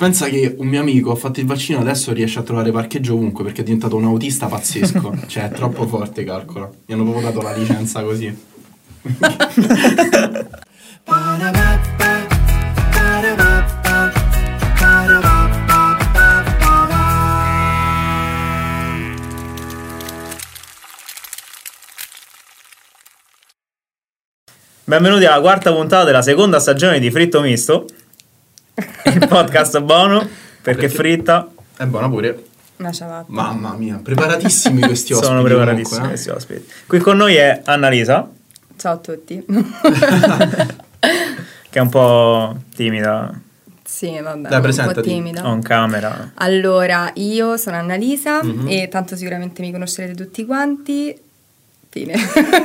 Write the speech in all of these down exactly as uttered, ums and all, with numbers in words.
Pensa che un mio amico ha fatto il vaccino, adesso riesce a trovare parcheggio ovunque perché è diventato un autista pazzesco. Cioè, è troppo forte, calcola. Mi hanno proprio dato la licenza così. Benvenuti alla quarta puntata della seconda stagione di Fritto Misto, il podcast buono perché, perché fritta è buona pure. Una ciabatta. Mamma mia, preparatissimi questi ospiti. Sono preparatissimi comunque, questi eh? ospiti. Qui con noi è Annalisa. Ciao a tutti. Che è un po' timida. Sì, vabbè, Dai, un po' timida. On camera. Allora, io sono Annalisa mm-hmm. e tanto sicuramente mi conoscerete tutti quanti. Fine.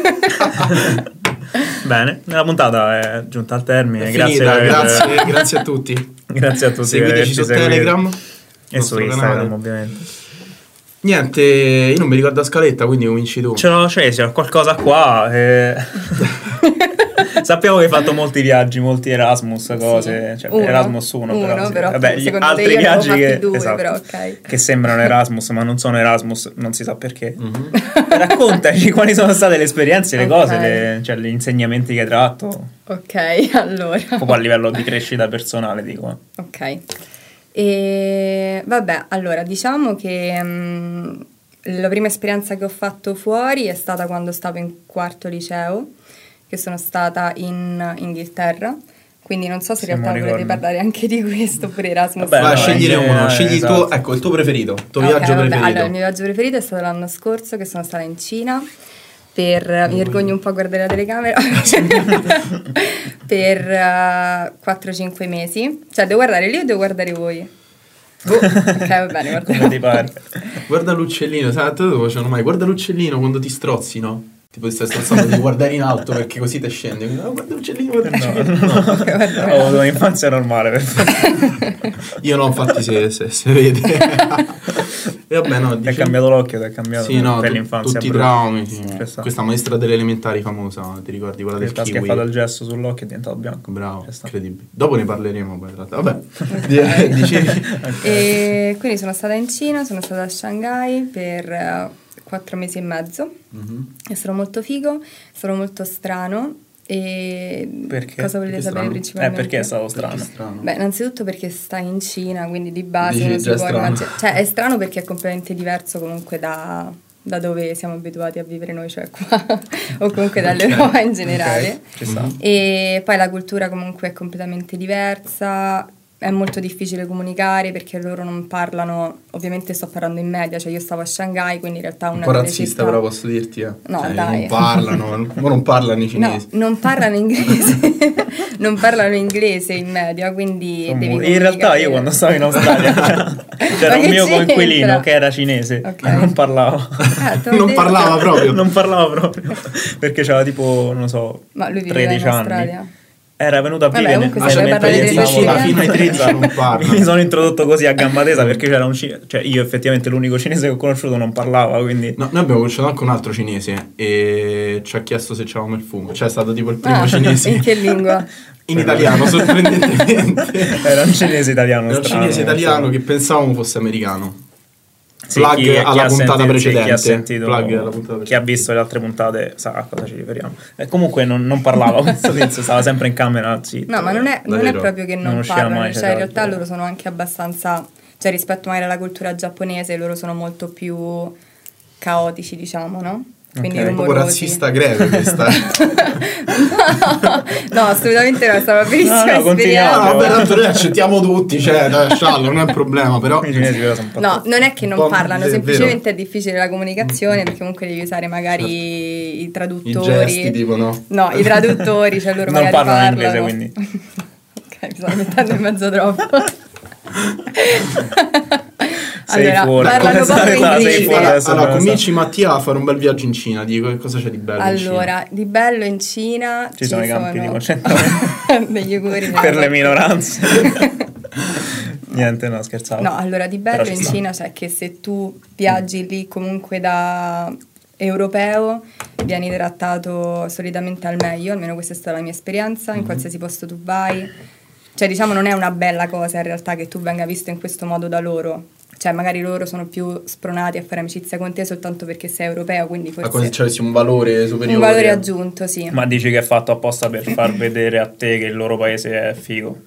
Bene, la puntata è giunta al termine. È grazie, finita, per... grazie, grazie a tutti. Grazie a tutti. Seguiteci su Telegram e su Instagram, canale. Ovviamente. Niente, io non mi ricordo la scaletta, quindi cominci tu. Ce l'ho, c'è, c'è qualcosa qua. E... Sappiamo che hai fatto molti viaggi, molti Erasmus, cose. Sì. Cioè, uno, Erasmus uno, uno però. Sì. però Vabbè, gli altri io viaggi che, due, esatto, però, okay. che sembrano Erasmus, ma non sono Erasmus, non si sa perché. Mm-hmm. Raccontaci quali sono state le esperienze, le okay. cose, le, cioè gli insegnamenti che hai tratto. Ok, allora. Proprio a livello di crescita personale, dico. Ok. E vabbè, allora diciamo che mh, la prima esperienza che ho fatto fuori è stata quando stavo in quarto liceo, che sono stata in Inghilterra, quindi non so se in realtà ricordo. volete parlare anche di questo oppure Erasmus. Vabbè, Vai, no, scegliere uno, eh, scegli esatto. il tuo, ecco, il tuo preferito, il tuo okay, viaggio vabbè, preferito. Allora, il mio viaggio preferito è stato l'anno scorso, che sono stata in Cina per, oh, mi vergogno un po' a guardare la telecamera, per uh, quattro cinque mesi, cioè devo guardare lì o devo guardare voi? Oh, ok, va bene, guarda. Come ti pare. Guarda l'uccellino, sai, te lo facevano mai, guarda l'uccellino quando ti strozzi, no? Tipo ti stai strozzando di guardare in alto perché così ti scende. No, guarda l'uccellino, guarda l'uccellino. No, no. no. Ho avuto un'infanzia normale, per Io no, infatti se, se, se vede. E vabbè, no, ti è cambiato l'occhio, ti è cambiato sì, no, per tu, l'infanzia. Tutti i traumi, sì. Sì. Questa maestra delle elementari famosa, ti ricordi? Quella del kiwi. Che ha fatto il gesto sull'occhio e è diventato bianco. Bravo, incredibile. Dopo ne parleremo poi in realtà. Vabbè, dicevi. Okay. E quindi sono stata in Cina, sono stata a Shanghai per quattro mesi e mezzo. Mm-hmm. È stato molto figo, è stato molto strano. E perché? Cosa volete perché sapere strano? principalmente? Eh, perché è stato strano? Perché strano? Beh, innanzitutto perché stai in Cina, quindi di base Dici, non si può strano. immaginare. Cioè, è strano perché è completamente diverso comunque da, da dove siamo abituati a vivere noi, cioè qua, o comunque dall'Europa okay. in generale. Okay. Mm-hmm. E poi la cultura comunque è completamente diversa. È molto difficile comunicare perché loro non parlano, ovviamente sto parlando in media, cioè io stavo a Shanghai, quindi in realtà una un po' delle razzista città... però posso dirti eh. no cioè, dai non parlano ma non parlano i cinesi no, non parlano inglese non parlano inglese in media, quindi Sono devi in realtà io quando stavo in Australia c'era un mio c'entra? coinquilino che era cinese okay. non parlava ah, non parlava proprio non parlava proprio perché c'aveva tipo non so ma lui tredici in anni. Era venuto a vivere nel fino ai tredici non parla. Mi sono introdotto così a gamba tesa perché c'era un cinese, cioè io effettivamente l'unico cinese che ho conosciuto non parlava, quindi no, noi abbiamo conosciuto anche un altro cinese e ci ha chiesto se c'avevamo il fumo, cioè è stato tipo il primo ah, cinese in che lingua? In italiano, sorprendentemente era un cinese italiano era un strano, cinese italiano che pensavamo fosse americano. Sì, Plug chi, alla chi puntata sentito, precedente. Sì, chi, ha sentito, Plug alla puntata precedente. Chi ha visto le altre puntate sa a cosa ci riferiamo. E comunque non, non parlava questo tizio, stava sempre in camera zitto. No, ma non è, non è proprio che non, non parlano, mai, cioè in realtà loro sono anche abbastanza, cioè rispetto magari alla cultura giapponese, loro sono molto più caotici, diciamo, no? Quindi okay. Un po' razzista greve questa. no, no, assolutamente no, è stata una bellissima no, no, esperienza. No, vabbè, tanto noi accettiamo tutti, cioè, sciallo, non è un problema, però i cinesi però sono un po' no, non è che non parlano, è semplicemente è difficile la comunicazione perché comunque devi usare magari certo. i traduttori. I gesti, tipo, no? No, i traduttori, cioè loro non magari parlano parlano. inglese, quindi. Ok, mi sto mettendo in mezzo troppo. Sei allora, fuori. parlano proprio inglese. Allora, allora cominci Mattia a fare un bel viaggio in Cina, dico che cosa c'è di bello allora, di bello in Cina ci, ci sono i campi sono di concentramento degli auguri per le minoranze. Niente, no, scherzavo. No, allora di bello in Cina c'è che se tu viaggi lì comunque da europeo vieni trattato solitamente al meglio, almeno questa è stata la mia esperienza, in mm-hmm. qualsiasi posto tu vai Cioè, diciamo, non è una bella cosa in realtà che tu venga visto in questo modo da loro. Cioè, magari loro sono più spronati a fare amicizia con te soltanto perché sei europeo, quindi forse... Ma come se avessi un valore superiore. Un valore aggiunto, sì. Ma dici che è fatto apposta per far vedere a te che il loro paese è figo?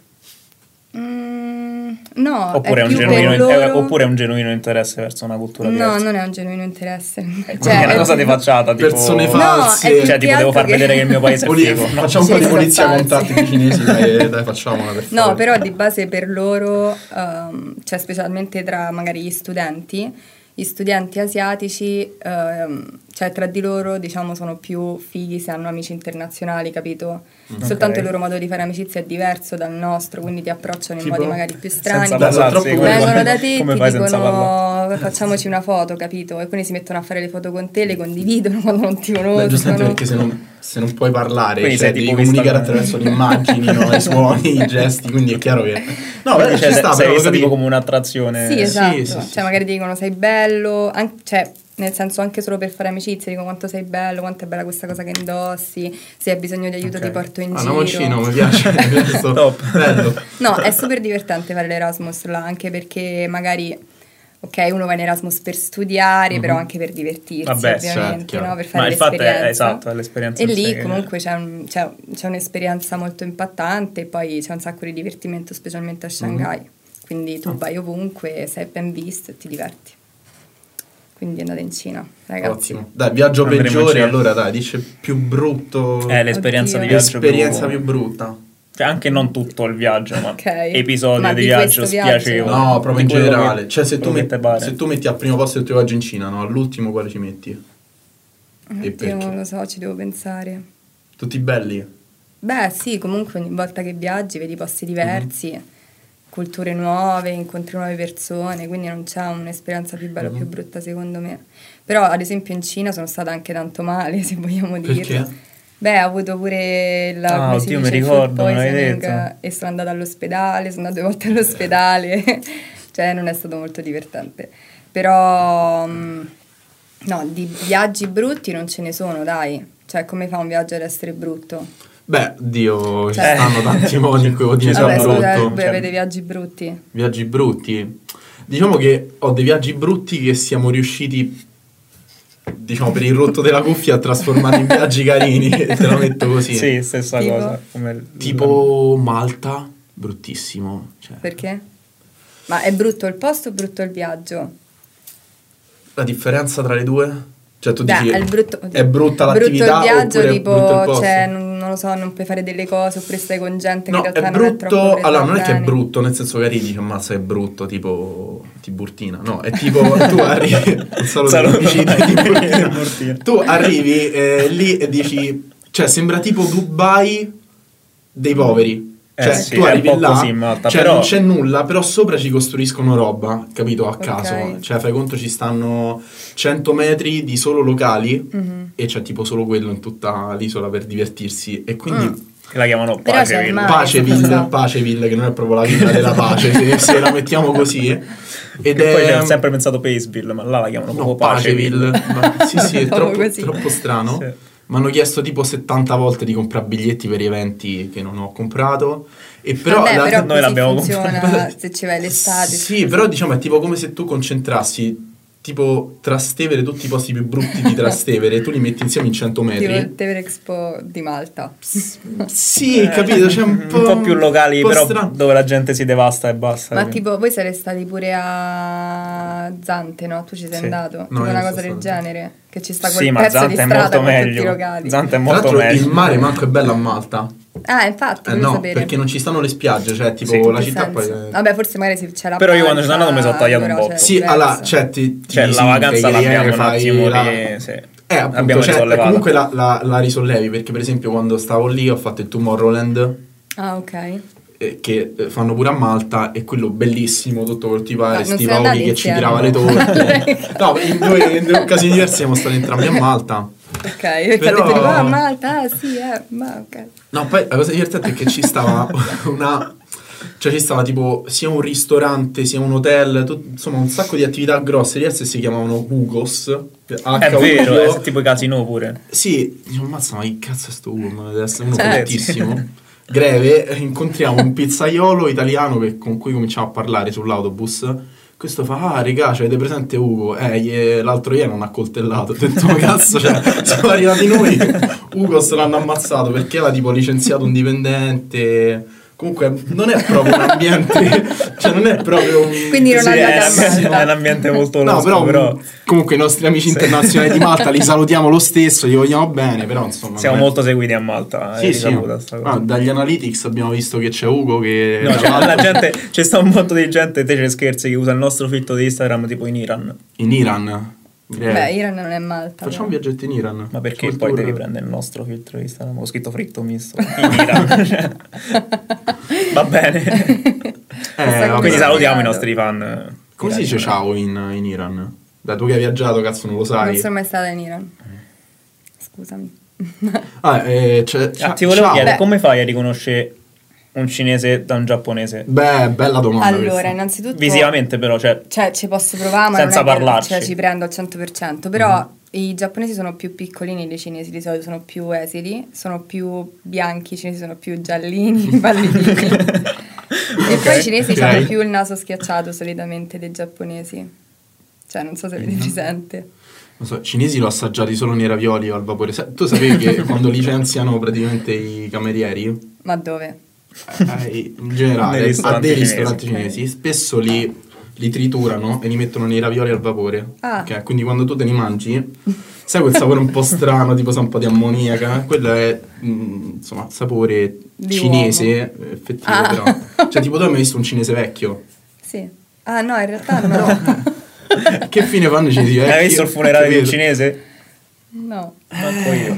Mm, no, Oppure è, è un più genuino, per loro... è, oppure è un genuino interesse verso una cultura No, diversa? non è un genuino interesse. Cioè, Cioè, è una cosa di facciata, tipo... persone No, false. è più Cioè, che tipo, devo altro far che- vedere che il mio paese è Poli- figo. No? Facciamo un po' di Sì, polizia sono con falsi. tanti cinesi, dai, dai, facciamola per No, favore. però di base per loro, ehm, cioè specialmente tra magari gli studenti, gli studenti asiatici, ehm, cioè tra di loro diciamo sono più fighi se hanno amici internazionali, capito? Mm. Soltanto Ok. il loro modo di fare amicizia è diverso dal nostro, quindi ti approcciano in Tipo? modi magari più strani. Senza Dai, sono parlarsi, troppo- come Vengono fai- da te e come ti fai senza parlare? dicono facciamoci una foto, capito? E quindi si mettono a fare le foto con te, le condividono quando non ti Beh, giustamente conoscono. perché se non, se non puoi parlare, Quindi cioè, sei devi tipo comunicare vista- attraverso le immagini, no? I suoni, i gesti, quindi è chiaro che... No, Quindi, beh, cioè, ci sta, sei però, vista capì? tipo come un'attrazione. Sì, sì, esatto. sì, Cioè, sì. magari ti dicono sei bello, an- cioè, nel senso anche solo per fare amicizia, dicono quanto sei bello, quanto è bella questa cosa che indossi, se hai bisogno di aiuto Ok. ti porto in Ah, giro. una moncino, mi piace. Questo- Top. Bello. No, è super divertente fare l'Erasmus là, anche perché magari, ok, uno va in Erasmus per studiare, però anche per divertirsi, Vabbè, ovviamente, certo, chiaro. no? Per fare Ma il fatto è, l'esperienza. esatto, è l'esperienza E in sé lì che- comunque c'è, un- c'è- c'è un'esperienza molto impattante e poi c'è un sacco di divertimento, specialmente a Shanghai. Quindi tu vai ovunque, sei ben visto e ti diverti. Quindi andate in Cina, ragazzi. Ottimo. Dai, viaggio Andremo in peggiore, Cina. allora dai, dice più brutto. È l'esperienza Oddio. di viaggio L'esperienza più... più brutta. Cioè, anche non tutto il viaggio, ma Ok. episodio Ma di, di viaggio questo viaggio? spiacevole. No, proprio in Di quello generale. che- Cioè, se tu, quello che met- te pare. se tu metti al primo posto il tuo viaggio in Cina, no? All'ultimo quale ci metti? E Oddio, perché? non lo so, ci devo pensare. Tutti belli? Beh, sì, comunque ogni volta che viaggi vedi posti diversi, culture nuove, incontri nuove persone, quindi non c'è un'esperienza più bella o più brutta secondo me. Però ad esempio in Cina sono stata anche tanto male, se vogliamo dirlo. Perché? Beh, ho avuto pure la, Ah, come si oddio, dice, mi il ricordo, food me l'avevi poisoning detto. e sono andata all'ospedale, sono andata due volte all'ospedale, cioè non è stato molto divertente. Però, mh, no, di viaggi brutti non ce ne sono, dai. Cioè, come fa un viaggio ad essere brutto? Beh, Dio, ci Cioè- stanno tanti modi in cui può Ci diventare sono Vabbè, scusa, brutto. voi Cioè- avete viaggi brutti. Viaggi brutti. Diciamo che ho dei viaggi brutti che siamo riusciti, diciamo, per il rotto della cuffia a trasformare in viaggi carini, te lo metto così. Sì, stessa Tipo? cosa. Come Tipo Malta, bruttissimo. Cioè, Perché? Ma è brutto il posto o brutto il viaggio? la differenza tra le due? Cioè tu Beh, dici, è il brutto, è brutta brutto l'attività il viaggio, oppure è tipo, brutto il posto? cioè, non, non lo so, non puoi fare delle cose oppure stai con gente che No, in realtà è non è troppo brutto, presa allora non è che è bene. brutto, nel senso che arrivi e dici ammazza è brutto, tipo Tiburtina, no, è tipo tu arrivi, un saluto Saluto, agli amici di vai. Tiburtina. Tiburtina. Tu arrivi eh, lì e dici, cioè sembra tipo Dubai dei poveri. Eh Cioè, sì, tu è arrivi un po' là, così in Malta, cioè però- non c'è nulla, però sopra ci costruiscono roba, capito, a Ok. caso. Cioè, fai conto ci stanno cento metri di solo locali Mhm. e c'è tipo solo quello in tutta l'isola per divertirsi. E quindi Mm. Che la chiamano Però c'è il Paceville. mare. Paceville, esatto. Paceville, che non è proprio la villa della pace, se, se la mettiamo così. Ed Che poi è ho sempre pensato Paceville, ma là la chiamano no, proprio Paceville. Paceville. Ma- sì, sì, è Proprio troppo, così. troppo strano. Sì. Mi hanno chiesto tipo settanta volte di comprare biglietti per eventi che non ho comprato. E però, Vabbè, la- però noi così l'abbiamo funziona comprato. se ci vai l'estate. Sì, però diciamo è tipo come se tu concentrassi tipo Trastevere, tutti i posti più brutti di Trastevere, tu li metti insieme in cento Tipo il metri. Tevere Expo di Malta. Sì, capito, c'è un po', un po' più locali, un po' però strano. dove la gente si devasta e basta. Ma Quindi- tipo, voi sarete stati pure a Zante, no? Tu ci sei Sì. andato? No, tipo io una non cosa sono del stato. genere? Che ci sta quel Sì, ma pezzo di Zante è strada molto con tutti i meglio. locali. Zante è Tra molto l'altro meglio. il mare manco è bello a Malta. Ah, infatti, Eh volevo no, sapere. perché non ci stanno le spiagge, cioè tipo Sì. la In che città poi... senso? è- Vabbè, forse magari se c'è la Però io quando ci sono barca, andato mi sono tagliato un allora botto. c'è Sì, diverso. allora, cioè, ti, ti Cioè, la visiti, vacanza fai l'abbiamo un fai attimo la- ri- sì. Eh, appunto, Abbiamo cioè, risollevato. comunque la, la, la risollevi, perché per esempio quando stavo lì ho fatto il Tomorrowland, Ah, ok. eh, che eh, fanno pure a Malta, e quello bellissimo, tutto quel tipo Ah, di non siete Steve Aoki andati che ci insieme? tirava le torte. No, in due, in due occasioni diverse siamo stati entrambi a Malta. Ok, perché Però- ha detto, ah, Malta, ah, sì, eh, ma ok. No, poi la cosa divertente è che ci stava una... Cioè ci stava tipo sia un ristorante, sia un hotel, tut- insomma un sacco di attività grosse, diverse si chiamavano Hugos. È vero, è tipo i casino pure. Sì, dicevo, ammazza, ma che cazzo è sto Ugo? Ma deve essere uno Cioè, fortissimo. greve, incontriamo un pizzaiolo italiano che, con cui cominciamo a parlare sull'autobus. Questo fa, ah, regà, avete presente Ugo? Eh, ie- l'altro ieri non ha coltellato. Ho detto, ma cazzo, cioè, siamo arrivati noi. Ugo se l'hanno ammazzato perché era tipo licenziato un dipendente. Comunque non è proprio un ambiente, cioè non è proprio un... Quindi non Sì, andate è, a un- Malta. è un ambiente molto No, losco, però, però comunque i nostri amici internazionali di Malta li salutiamo lo stesso, li vogliamo bene, però insomma... siamo non è- molto seguiti a Malta. Sì, è sì. risaputa sta cosa. Ah, dagli analytics abbiamo visto che c'è Ugo che... No, tra cioè, la l'altro- gente, c'è sta un botto di gente, te ce scherzi, che usa il nostro filtro di Instagram tipo in Iran. In Iran. greve. Beh, Iran non è Malta. Facciamo un però. viaggetto in Iran. Ma perché Col poi tour- devi prendere il nostro filtro di Instagram? Ho scritto fritto misto in Iran. Cioè, va bene. Eh, Questa vabbè. Quindi salutiamo i Complicato. nostri fan. Come si dice ciao in, in Iran? Dai, tu che hai viaggiato, cazzo, non lo Non sai. sono mai stata in Iran. Scusami. Ah, eh, c'è- Ah, c'è- ti volevo ciao. chiedere, Beh. come fai a riconoscere un cinese da un giapponese? Beh, bella domanda Allora, questa. innanzitutto... Visivamente però, cioè... Cioè, ci posso provare, ma Senza non è che, parlarci. cioè, ci prendo al cento per cento. Però i giapponesi sono più piccolini dei cinesi, di solito sono più esili, sono più bianchi, i cinesi sono più giallini, pallidini. E poi i cinesi ok. hanno più il naso schiacciato solitamente dei giapponesi. Cioè, non so se avete presente. Non so, i cinesi l'ho assaggiati solo nei ravioli o al vapore. Sa- Tu sapevi che quando licenziano praticamente i camerieri, Ma dove? eh, in generale, Nei a ristoranti dei cinesi, ristoranti ok. cinesi, spesso li, li triturano e li mettono nei ravioli al vapore. Ah. Ok, quindi quando tu te li mangi, sai quel sapore un po' strano, tipo sa un po' di ammoniaca? Quello è, mm, insomma, sapore Di cinese, effettivo Ah. però. Cioè, tipo tu hai mai visto un cinese vecchio? Sì. Ah, no, in realtà no. Che fine fanno i cinesi vecchi? Hai visto il funerale di un Capito? cinese? No. Manco io.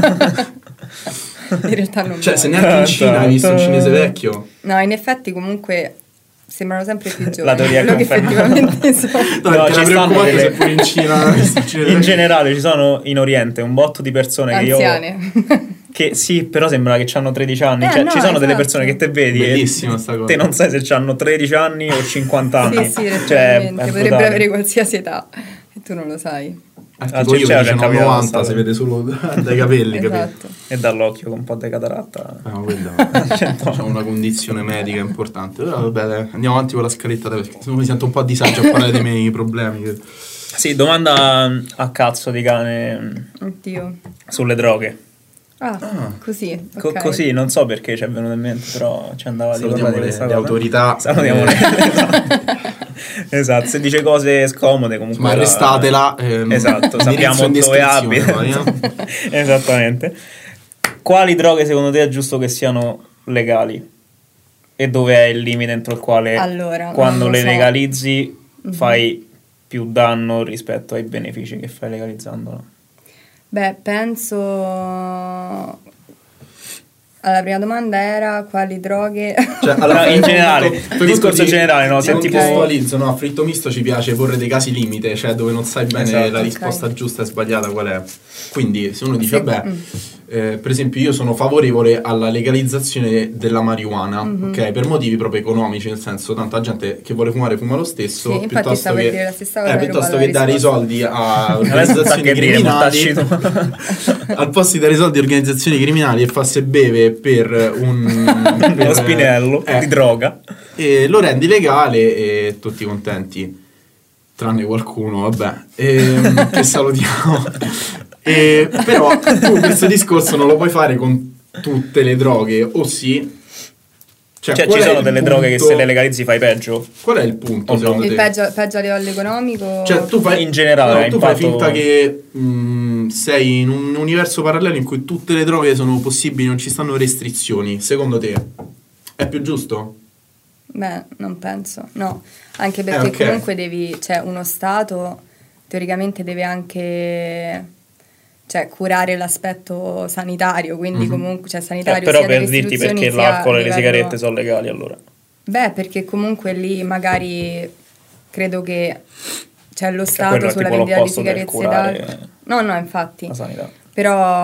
In realtà non Cioè, muoio. se neanche in Cina hai visto un cinese vecchio? No, in effetti comunque sembrano sempre più giovani. La teoria quello che conferma. effettivamente sono. No, No, perché ci era stanno preoccupante delle- se pure in Cina hai visto un cinese In vecchio. generale ci sono in Oriente un botto di persone che io... Anziane. Che sì, però sembra che hanno tredici anni. Eh, cioè, no, ci sono delle esatto. persone che te vedi Bellissima e sta cosa. te non sai se hanno tredici anni o cinquanta anni. Sì, sì, cioè, letteralmente. è Potrebbero brutale. avere qualsiasi età e tu non lo sai. Eh, Ah, tipo io c'è- che c'è sono capitato novanta, sta si cosa. vede solo dai capelli, capito? Esatto. E dall'occhio con un po' di cataratta. Eh, ma quella c'è una condizione medica importante. Però vabbè, dai, andiamo avanti con la scaletta dai, perché sennò mi sento un po' a disagio a parlare dei miei problemi. che- Sì, domanda a cazzo di cane Oddio. sulle droghe. Ah, così. Co- ok. Così, non so perché ci è venuto in mente, però ci andava di Salutiamo parlare di le, questa le cosa. autorità. Salutiamo Eh, le... Esatto, se dice cose scomode comunque... Ma la- arrestatela. ehm, Esatto, sappiamo indirizzo dove in abita. descrizione, poi, eh. Esattamente. Quali droghe secondo te è giusto che siano legali? E dove è il limite entro il quale Allora, quando non lo le so. legalizzi Mhm. fai più danno rispetto ai benefici che fai legalizzandolo? Beh, penso... Alla prima domanda era quali droghe... Cioè, No, fai in conto- generale, fai il conto discorso di- generale, no? ti Se tipo- contestualizzo, no? A fritto misto ci piace porre dei casi limite, cioè dove non sai bene Esatto. la Ok. risposta giusta e sbagliata qual è. Quindi se uno dice, Sì. vabbè, Mm. eh, per esempio io sono favorevole alla legalizzazione della marijuana, Mhm. ok? Per motivi proprio economici, nel senso tanta gente che vuole fumare fuma lo stesso, Sì, infatti piuttosto stavo per che, dire la stessa cosa, eh, ero piuttosto uguale che alla dare i risposta. soldi a Adesso organizzazioni che dire, criminali, mortacci al posto di dare i soldi a organizzazioni criminali e farsi beve per un... per- Lo spinello eh, di droga. e lo rendi legale e tutti contenti, tranne qualcuno, vabbè, ehm, che salutiamo. E, però tu questo discorso non lo puoi fare con tutte le droghe, o sì? Cioè, qual ci è sono il delle droghe che punto- se le legalizzi fai peggio. Qual è il punto O no? secondo Il te? peggio, peggio a livello economico... Cioè, tu fai, In generale, no, hai tu fai impatto- finta che mh, sei in un universo parallelo in cui tutte le droghe sono possibili, non ci stanno restrizioni. Secondo te è più giusto? Beh, non penso, no, anche perché Eh, ok. comunque devi, cioè uno Stato teoricamente deve anche, cioè, curare l'aspetto sanitario, quindi Mhm. comunque, cioè Eh, sanitario però sia per delle dirti istituzioni perché sia a l'alcol e le livello- sigarette sono legali allora. Beh, perché comunque lì magari credo che, cioè lo quello Stato è sulla tipo vendita di l'opposto del sigarette curare d'alcol. No, no, infatti. La sanità. Però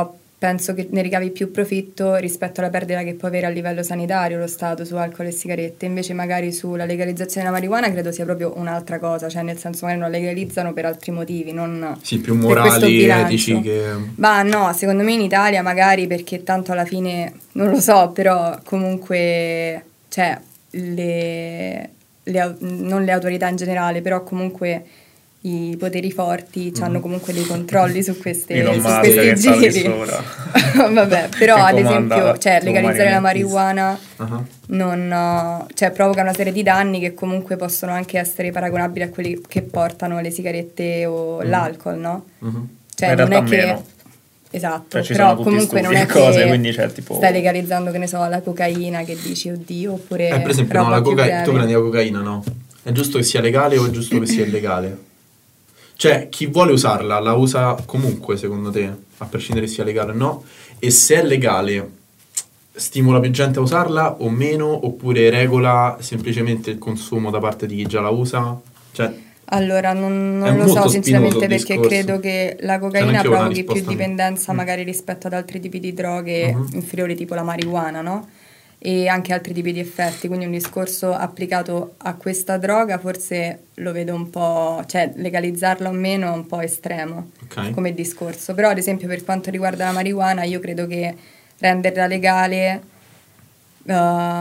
penso che ne ricavi più profitto rispetto alla perdita che può avere a livello sanitario lo Stato su alcol e sigarette. Invece magari sulla legalizzazione della marijuana credo sia proprio un'altra cosa, cioè nel senso magari non legalizzano per altri motivi, non sì, più morali, etici che... Ma no, secondo me in Italia magari perché tanto alla fine, non lo so, però comunque, cioè, le, le, non le autorità in generale, però comunque... i poteri forti mm. hanno comunque dei controlli su queste su questi giri. Vabbè, però ad esempio, cioè, legalizzare la marijuana uh-huh. non, cioè, provoca una serie di danni che comunque possono anche essere paragonabili a quelli che portano le sigarette o mm. l'alcol, no? Uh-huh. Cioè, in non è che meno. Esatto, cioè, però comunque non è cose, che quindi c'è, tipo... stai legalizzando, che ne so, la cocaina, che dici oddio, oppure eh, per esempio, no, la coca- tu prendi la cocaina, no? È giusto che sia legale o è giusto che sia illegale? Cioè, chi vuole usarla, la usa comunque, secondo te, a prescindere se sia legale o no? E se è legale, stimola più gente a usarla o meno? Oppure regola semplicemente il consumo da parte di chi già la usa? Cioè, allora, non, non lo so sinceramente perché credo che la cocaina cioè, provochi più dipendenza mm. magari rispetto ad altri tipi di droghe uh-huh. inferiori, tipo la marijuana, no? E anche altri tipi di effetti, quindi un discorso applicato a questa droga forse lo vedo un po', cioè legalizzarla o meno è un po' estremo okay. come discorso, però ad esempio per quanto riguarda la marijuana io credo che renderla legale uh,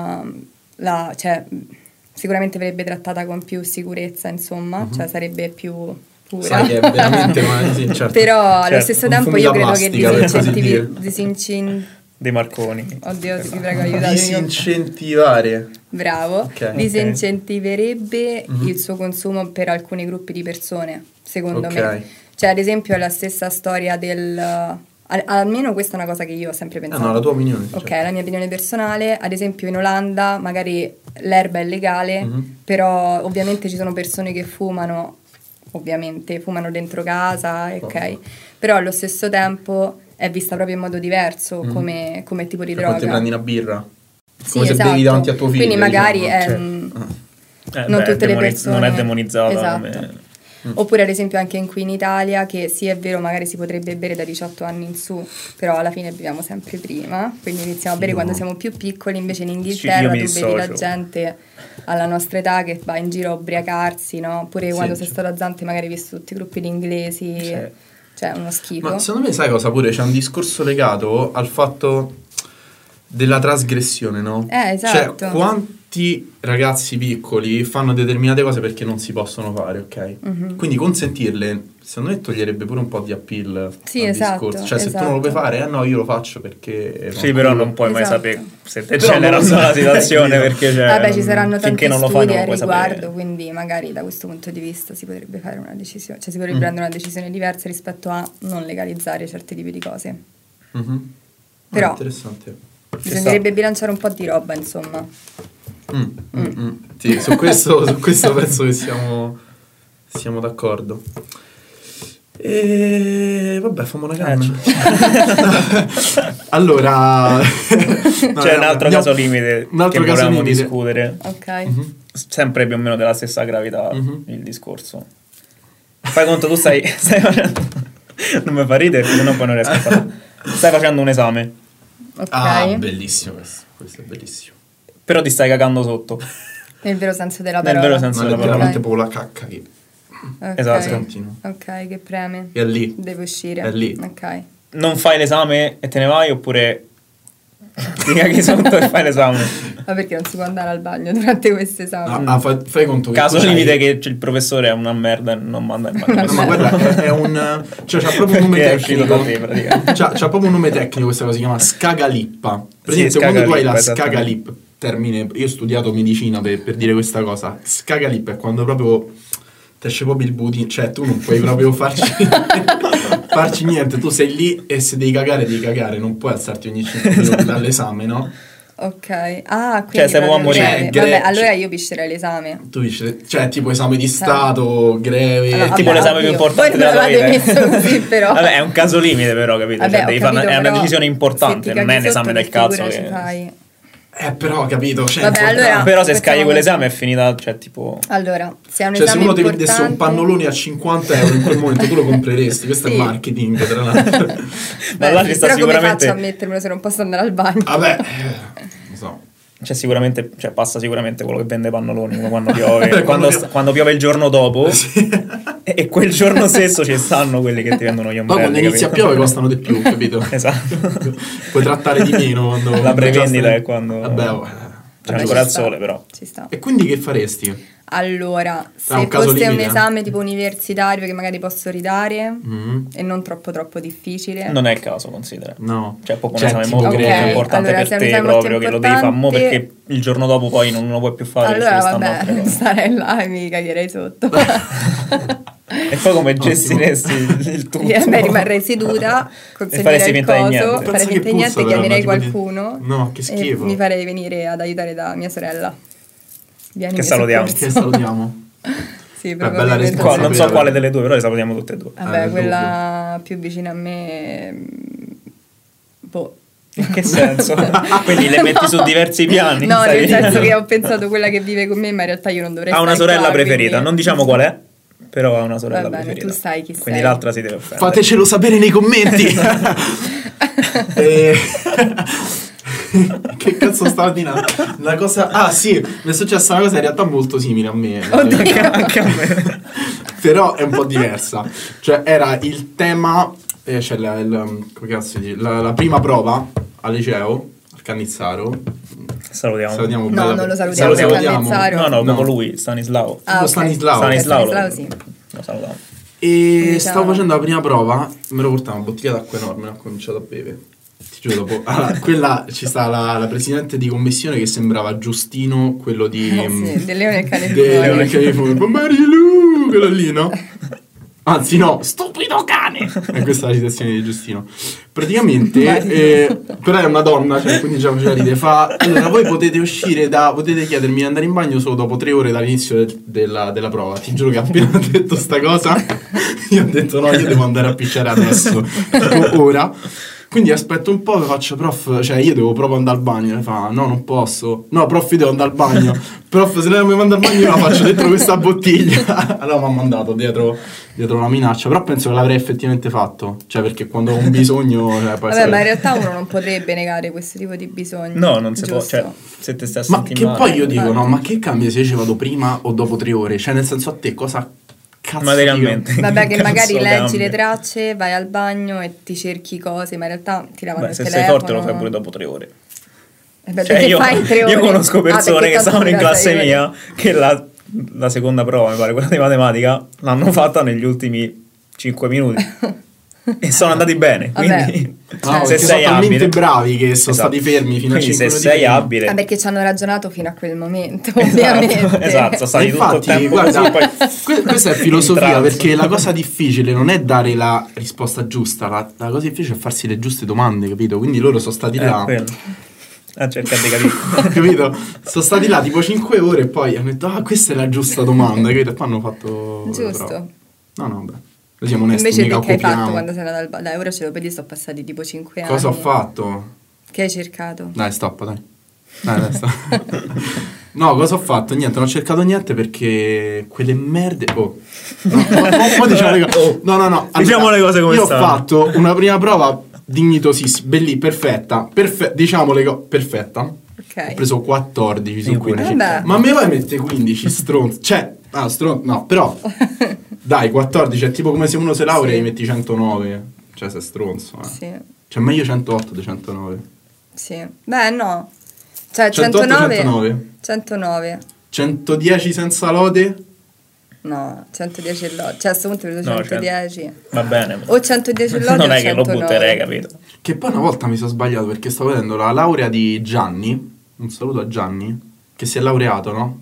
la, cioè, sicuramente verrebbe trattata con più sicurezza, insomma, uh-huh. cioè sarebbe più pura. Sai che è veramente ma, sì, certo. Però certo. allo stesso tempo io credo che disincentivi, disincin... dei Marconi. Oddio, ti prego, aiutatemi. Disincentivare. Bravo. Okay. Disincentiverebbe mm-hmm. il suo consumo per alcuni gruppi di persone, secondo okay. me. Cioè, ad esempio, è la stessa storia del... Al, almeno questa è una cosa che io ho sempre pensato. Ah, no, la tua opinione. Ok, certo. la mia opinione personale. Ad esempio, in Olanda magari l'erba è legale, mm-hmm. però ovviamente ci sono persone che fumano, ovviamente, fumano dentro casa, ok? Oh. Però allo stesso tempo... è vista proprio in modo diverso mm. come, come tipo di per droga. Quando ti prendi una birra? Sì, come esatto. se bevi davanti a tuo figlio. Quindi magari diciamo. è, cioè, mh, eh, non beh, tutte demoni- le persone... non è demonizzata. Esatto. Come... Mm. Oppure ad esempio anche in qui in Italia, che sì è vero magari si potrebbe bere da diciotto anni in su, però alla fine beviamo sempre prima, quindi iniziamo sì, a bere no. quando siamo più piccoli. Invece in Inghilterra tu vedi la gente alla nostra età che va in giro a ubriacarsi, no? Oppure sì, quando sei stato a Zante magari hai visto tutti i gruppi di inglesi... Sì. Cioè, uno schifo. Ma secondo me sai cosa pure? C'è un discorso legato al fatto della trasgressione, no? Eh, esatto. Cioè, quanti ragazzi piccoli fanno determinate cose perché non si possono fare, ok? Mm-hmm. Quindi consentirle, secondo me, toglierebbe pure un po' di appeal sì, al esatto, discorso. Cioè, esatto. se tu non lo puoi fare, eh no, io lo faccio perché... Sì, però non puoi esatto. mai sapere se te però genera la situazione, perché cioè, vabbè, ci saranno tanti non lo studi fanno, a riguardo, sapere. Quindi magari da questo punto di vista si potrebbe fare una decisione, cioè si potrebbe mm. prendere una decisione diversa rispetto a non legalizzare certi tipi di cose. Mm-hmm. Però ah, interessante. Bisognerebbe bilanciare un po' di roba, insomma. Mm, mm, mm. Sì, su questo, su questo penso che siamo, siamo d'accordo. E vabbè, fammo una canna. Allora, no, c'è un altro no, caso limite un altro che caso volevamo limite. discutere. Ok. Mm-hmm. Sempre più o meno della stessa gravità mm-hmm. il discorso. Fai conto, tu stai, stai facendo... non mi fa ridere, se no poi non riesco a fare. Stai facendo un esame. Ok. Ah, bellissimo questo. Questo è bellissimo. Però ti stai cagando sotto. Nel vero senso della parola. Nel vero senso no, della parola. Veramente proprio la cacca che... Okay. Esatto. Ok, che preme. È lì. Deve uscire. È lì. Ok. Non fai l'esame e te ne vai, oppure ti caghi sotto e fai l'esame? Ma perché non si può andare al bagno durante questo esame? Ah, ah, fai, fai conto che caso limite che il professore è una merda e non manda in bagno. No, ma guarda, è, è un... Cioè, c'ha proprio un nome tecnico. Te, c'ha, c'ha proprio un nome tecnico, questa cosa si chiama scagalippa. Per esempio, sì, quando tu hai la scagalip, termine... Io ho studiato medicina per, per dire questa cosa. Scagalip è quando proprio... te esce proprio il budino, cioè tu non puoi proprio farci farci niente, tu sei lì e se devi cagare devi cagare, non puoi alzarti ogni cinque minuti dall'esame, no? Ok, ah, quindi cioè se vuoi morire, cioè, vabbè, gre- allora io piscerei l'esame. Tu pisci, cioè tipo esame di stato, greve, allora, tipo vabbè, l'esame più importante della tua vita. Messo così, però. Vabbè, è un caso limite però, capito? Vabbè, cioè, devi capito, fare, è una però, decisione importante, non è un esame del cazzo che fai. Eh, però, capito, cioè, Vabbè, importante. allora- Però se facciamo scagli quell'esame così. è finita, cioè tipo... Allora, se è un Cioè, se esame uno ti importante... vendesse un pannolone a cinquanta euro in quel momento, tu lo compreresti. Questo Sì. è marketing, tra l'altro. Ma Beh, là sì, ci sta però come sicuramente... faccio a mettermelo se non posso andare al bagno? Vabbè, eh, non so. C'è sicuramente, cioè passa sicuramente quello che vende pannoloni come quando piove, Quando quando, piove. quando piove il giorno dopo Sì. e, e quel giorno stesso ci stanno quelli che ti vendono gli Ma ombrelli. quando inizia a capito? piovere costano di più, capito? Esatto. Puoi trattare di meno quando... La quando prevendita già è quando Vabbè, oh, c'è Vabbè, ancora ci il sta, sole però. Ci sta. E quindi che faresti? Allora, se Ah, un caso fosse un limite, eh? esame tipo universitario che magari posso ridare Mm. e non troppo troppo difficile. Non è il caso, considera. No. Cioè, è proprio Cioè, un esame tipo molto, greco. molto importante Allora, per se è un te esame molto proprio, che lo devi fare mo importante- perché il giorno dopo poi non lo puoi più fare. Allora perché stanno altre vabbè, cose. starei là e mi cagherei sotto. E poi come gestiresti il tutto? E beh, rimarrei seduta, consegnerei faresti il finta di coso, niente. farei Pensa finta che di niente, puzza, chiamerei però, ma tipo qualcuno di- no, che schifo. e mi farei venire ad aiutare da mia sorella. Vieni, Che mi salutiamo. soccorso. Che salutiamo. Sì, bella probabilmente Qua, sì. non so sapere. quale delle due, però le salutiamo tutte e due. Vabbè, Eh, quella più vicina a me... mm, Boh. In che senso? Quindi le metti su diversi piani? No, stai- nel senso che ho pensato quella che vive con me, ma in realtà io non dovrei Ha una stare sorella qua, preferita, quindi- non diciamo qual è, però ha una sorella Va bene, preferita. tu sai chi Quindi sei. l'altra si deve offendere. Fatecelo sapere nei commenti. Eh, Che cazzo stava di là? Una cosa... Ah sì, mi è successa una cosa in realtà molto simile a me. Anche, anche a me. Però è un po' diversa. Cioè era il tema... Eh, cioè la, il- come cazzo si dice? La, la prima prova al liceo, al Cannizzaro. Salutiamo. Salutiamo, No, bella- non lo salutiamo, salutiamo. Cannizzaro. No, no, No. proprio lui, Stanislao. Ah, ok. Stanislao. Stanislao. Stanislao, sì. Lo salutiamo. E Diciamo. stavo facendo la prima prova, me lo portavo una bottiglia d'acqua enorme, ho cominciato a bere. Ti giuro, dopo. Allora, quella ci sta la, la presidente di commissione che sembrava Giustino, quello di. Eh, sì, del Leone e il Cane De Fuori. Leone e il Cane Fuori. Marilu, quello lì, no? Anzi, no, stupido cane! E questa è la citazione di Giustino. Praticamente, eh, però è una donna, cioè, quindi già faceva ridere. Fa, allora, voi potete uscire da, potete chiedermi di andare in bagno solo dopo tre ore dall'inizio del- della, della prova. Ti giuro che appena ho detto sta cosa, io ho detto no, io devo andare a pisciare adesso, tipo ora. Quindi aspetto un po', e faccio prof, cioè io devo proprio andare al bagno. E fa, no, non posso. No, prof, io devo andare al bagno. Prof, se lei non mi manda al bagno, io la faccio dentro questa bottiglia. Allora mi ha mandato dietro, dietro la minaccia. Però penso che l'avrei effettivamente fatto. Cioè, perché quando ho un bisogno. Cioè, poi Vabbè, sai- ma in realtà uno non potrebbe negare questo tipo di bisogni. No, non si può. giusto? Cioè, se te stai a Ma sentire che male- poi io dico, infatti. no, ma che cambia se io ci vado prima o dopo tre ore? Cioè, nel senso, a te cosa cazzo Materialmente. Vabbè, che Cazzo magari leggi cambia? le tracce, vai al bagno e ti cerchi cose, ma in realtà ti lavano Beh, il se sei telefono. forte lo fai pure dopo tre ore. Eh beh, Cioè, che io, fai in tre ore? io conosco Ah, persone perché che tanto stavano in dura classe sei ore. mia che la, la seconda prova, mi pare, quella di matematica, l'hanno fatta negli ultimi cinque minuti. E sono andati bene. Vabbè. Quindi, No, se perché sei sono talmente abile, bravi che sono Esatto. stati fermi fino a Quindi cinque se minuti sei prima. abile, Ah, perché ci hanno ragionato fino a quel momento, Esatto, ovviamente. esatto, sono stati tutto il Infatti, tempo guarda, così, poi que- questa è filosofia, in trance. perché la cosa difficile non è dare la risposta giusta, la, la cosa difficile è farsi le giuste domande, capito? Quindi loro sono stati Eh, là, quello. A cercare di capire. capito? Sono stati là tipo cinque ore e poi hanno detto, ah, questa è la giusta domanda, capito? E poi hanno fatto... la Giusto. prova. No, no, beh. Noi siamo onesti, Invece mica che hai fatto copiamo. quando sei andata al bagno? Dai, ora ce lo vedi, sono passati tipo cinque anni. Cosa ho fatto? Che hai cercato? Dai, stop, dai. Dai, dai, stop. No, cosa ho fatto? Niente, non ho cercato niente perché quelle merde... Oh. No, no, no, mo diciamo le cose. No, no, no. Diciamo le cose come io stanno. ho fatto una prima prova dignitosissima, bellì, perfetta. Perfe- diciamo le cose... Perfetta. Ho Ok. preso quattordici su Io pure. quindici. Vabbè. Ma me vai a mettere quindici, stronzo. Cioè, ah, stronzo, no, però... Dai, quattordici, è tipo come se uno si laurea e Sì. gli metti centonove. Cioè, sei stronzo, eh. Sì, Cioè, meglio centootto di centonove. sì. Beh, no. Cioè, centotto, centonove... centonove. centonove. centodieci senza lode? No, centodieci e lode. Cioè, a questo punto vedo No, centodieci. Va bene. O centodieci e lode Non o è che lo centonove. butterei, capito? Che poi una volta mi sono sbagliato perché stavo vedendo la laurea di Gianni, un saluto a Gianni, che si è laureato, no?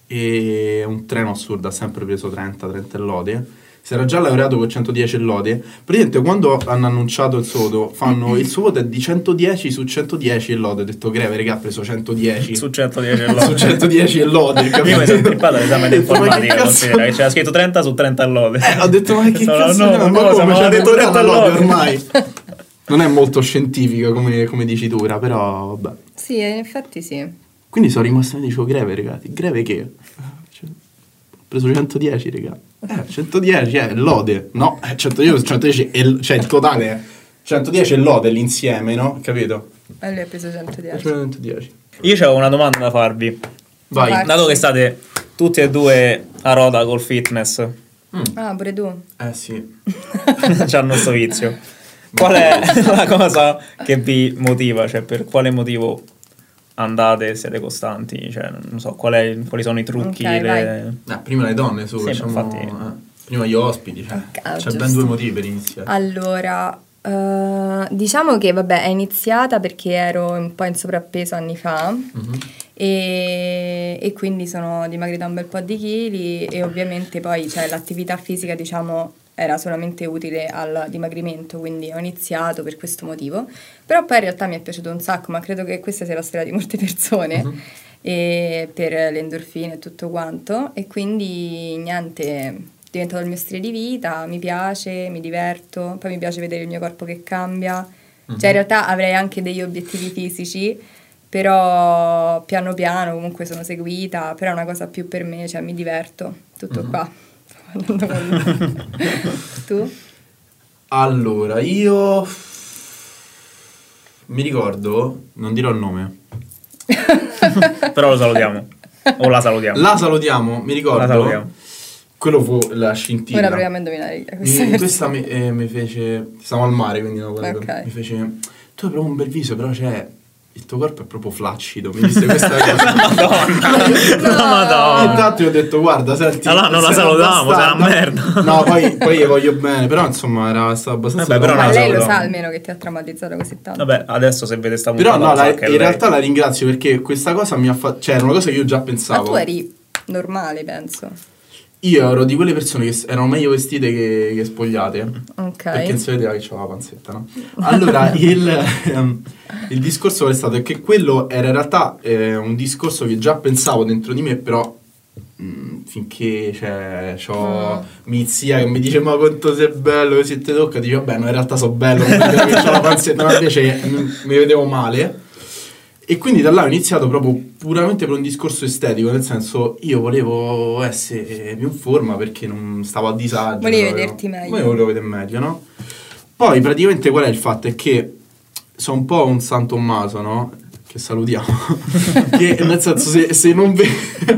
E un treno assurdo, ha sempre preso trenta, trenta e lode. Si era già laureato con centodieci e lode. Praticamente quando hanno annunciato il suo voto, fanno il suo voto è di centodieci su centodieci e lode. Ho detto, Greve, che ha preso centodieci Su centodieci e su lode. centodieci e lode. Io mi capito? sono trippato all'esame di Ho detto, ma che informatica, cazzo- considera che c'era scritto trenta su trenta lode. Eh, ho detto, ma che No, cazzo no, è? no, Ma cosa, come? ma Cioè, l'ha detto pure trenta la lode lode. ormai. Non è molto scientifica come, come dicitura, però vabbè. Sì, in effetti sì. Quindi sono rimasto e dicevo, greve, ragazzi, greve che? Cioè, ho preso centodieci, raga. Eh, centodieci è lode. No, eh, centodieci, centodieci è, cioè il totale è centodieci e lode l'insieme, no? Capito? E lui ha preso centodieci. centodieci. Io c'avevo una domanda da farvi. Vai. Vai. Dato che state tutti e due a roda col fitness, Mm. Ah, pure tu? Eh sì. c'hanno sto vizio. Qual è la cosa che vi motiva? Cioè, per quale motivo andate, siete costanti? Cioè, non so, qual è, quali sono i trucchi? Ok, le... Eh, prima le donne, su, Sì, facciamo, infatti. eh, prima gli ospiti, cioè, Ok, c'è giusto. ben due motivi per iniziare. Allora, eh, diciamo che vabbè è iniziata perché ero un po' in sovrappeso anni fa Mhm. e, e quindi sono dimagrita un bel po' di chili e ovviamente poi cioè, l'attività fisica diciamo era solamente utile al dimagrimento, quindi ho iniziato per questo motivo, però poi in realtà mi è piaciuto un sacco, ma credo che questa sia la storia di molte persone. Mhm. E per le endorfine e tutto quanto e quindi niente, è diventato il mio stile di vita, mi piace, mi diverto, poi mi piace vedere il mio corpo che cambia, cioè in realtà avrei anche degli obiettivi fisici, però piano piano comunque sono seguita, però è una cosa più per me, cioè mi diverto, tutto qua. Tu? Allora, io mi ricordo, non dirò il nome. Però lo salutiamo. O la salutiamo. La salutiamo, mi La ricordo. salutiamo. Quello fu la scintilla. Ora proviamo a indovinare questa, Mi, questa mi, eh, mi fece. Stavamo al mare, quindi no, guarda, Ok. mi fece. Tu hai proprio un bel viso, però c'è. Il tuo corpo è proprio flaccido. Mi disse questa cosa. Madonna. No, Madonna. Intanto io ho detto, guarda, senti. Allora non la sei salutiamo, sei una bastarda. merda. No, poi, poi io voglio bene, però insomma era stato abbastanza. Vabbè, però Ma no, lei lo salutiamo. sa almeno che ti ha traumatizzato così tanto. Vabbè, adesso se vede sta Però no, puntata, la- sa che in lei- realtà la ringrazio perché questa cosa mi ha fatto. Cioè, era una cosa che io già Ma pensavo. tu eri normale, penso. Io ero di quelle persone che s- erano meglio vestite che, che spogliate. Ok. Perché non si vedeva che c'aveva la panzetta, no? Allora, il, ehm, il discorso qual è stato è che quello era in realtà eh, un discorso che già pensavo dentro di me, però mh, finché cioè, c'ho Mm. mia zia che mi dice ma quanto sei bello, che se ti tocca, dico vabbè, no, in realtà so bello, non vedevo che c'ho la panzetta, ma invece mh, mi vedevo male. E quindi da là ho iniziato proprio puramente per un discorso estetico, nel senso io volevo essere più in forma perché non stavo a disagio. Volevi proprio. vederti meglio. Poi volevo vedere meglio, no? Poi praticamente qual è il fatto? È che sono un po' un San Tommaso, no? Che salutiamo. Che nel senso se, se non vedo...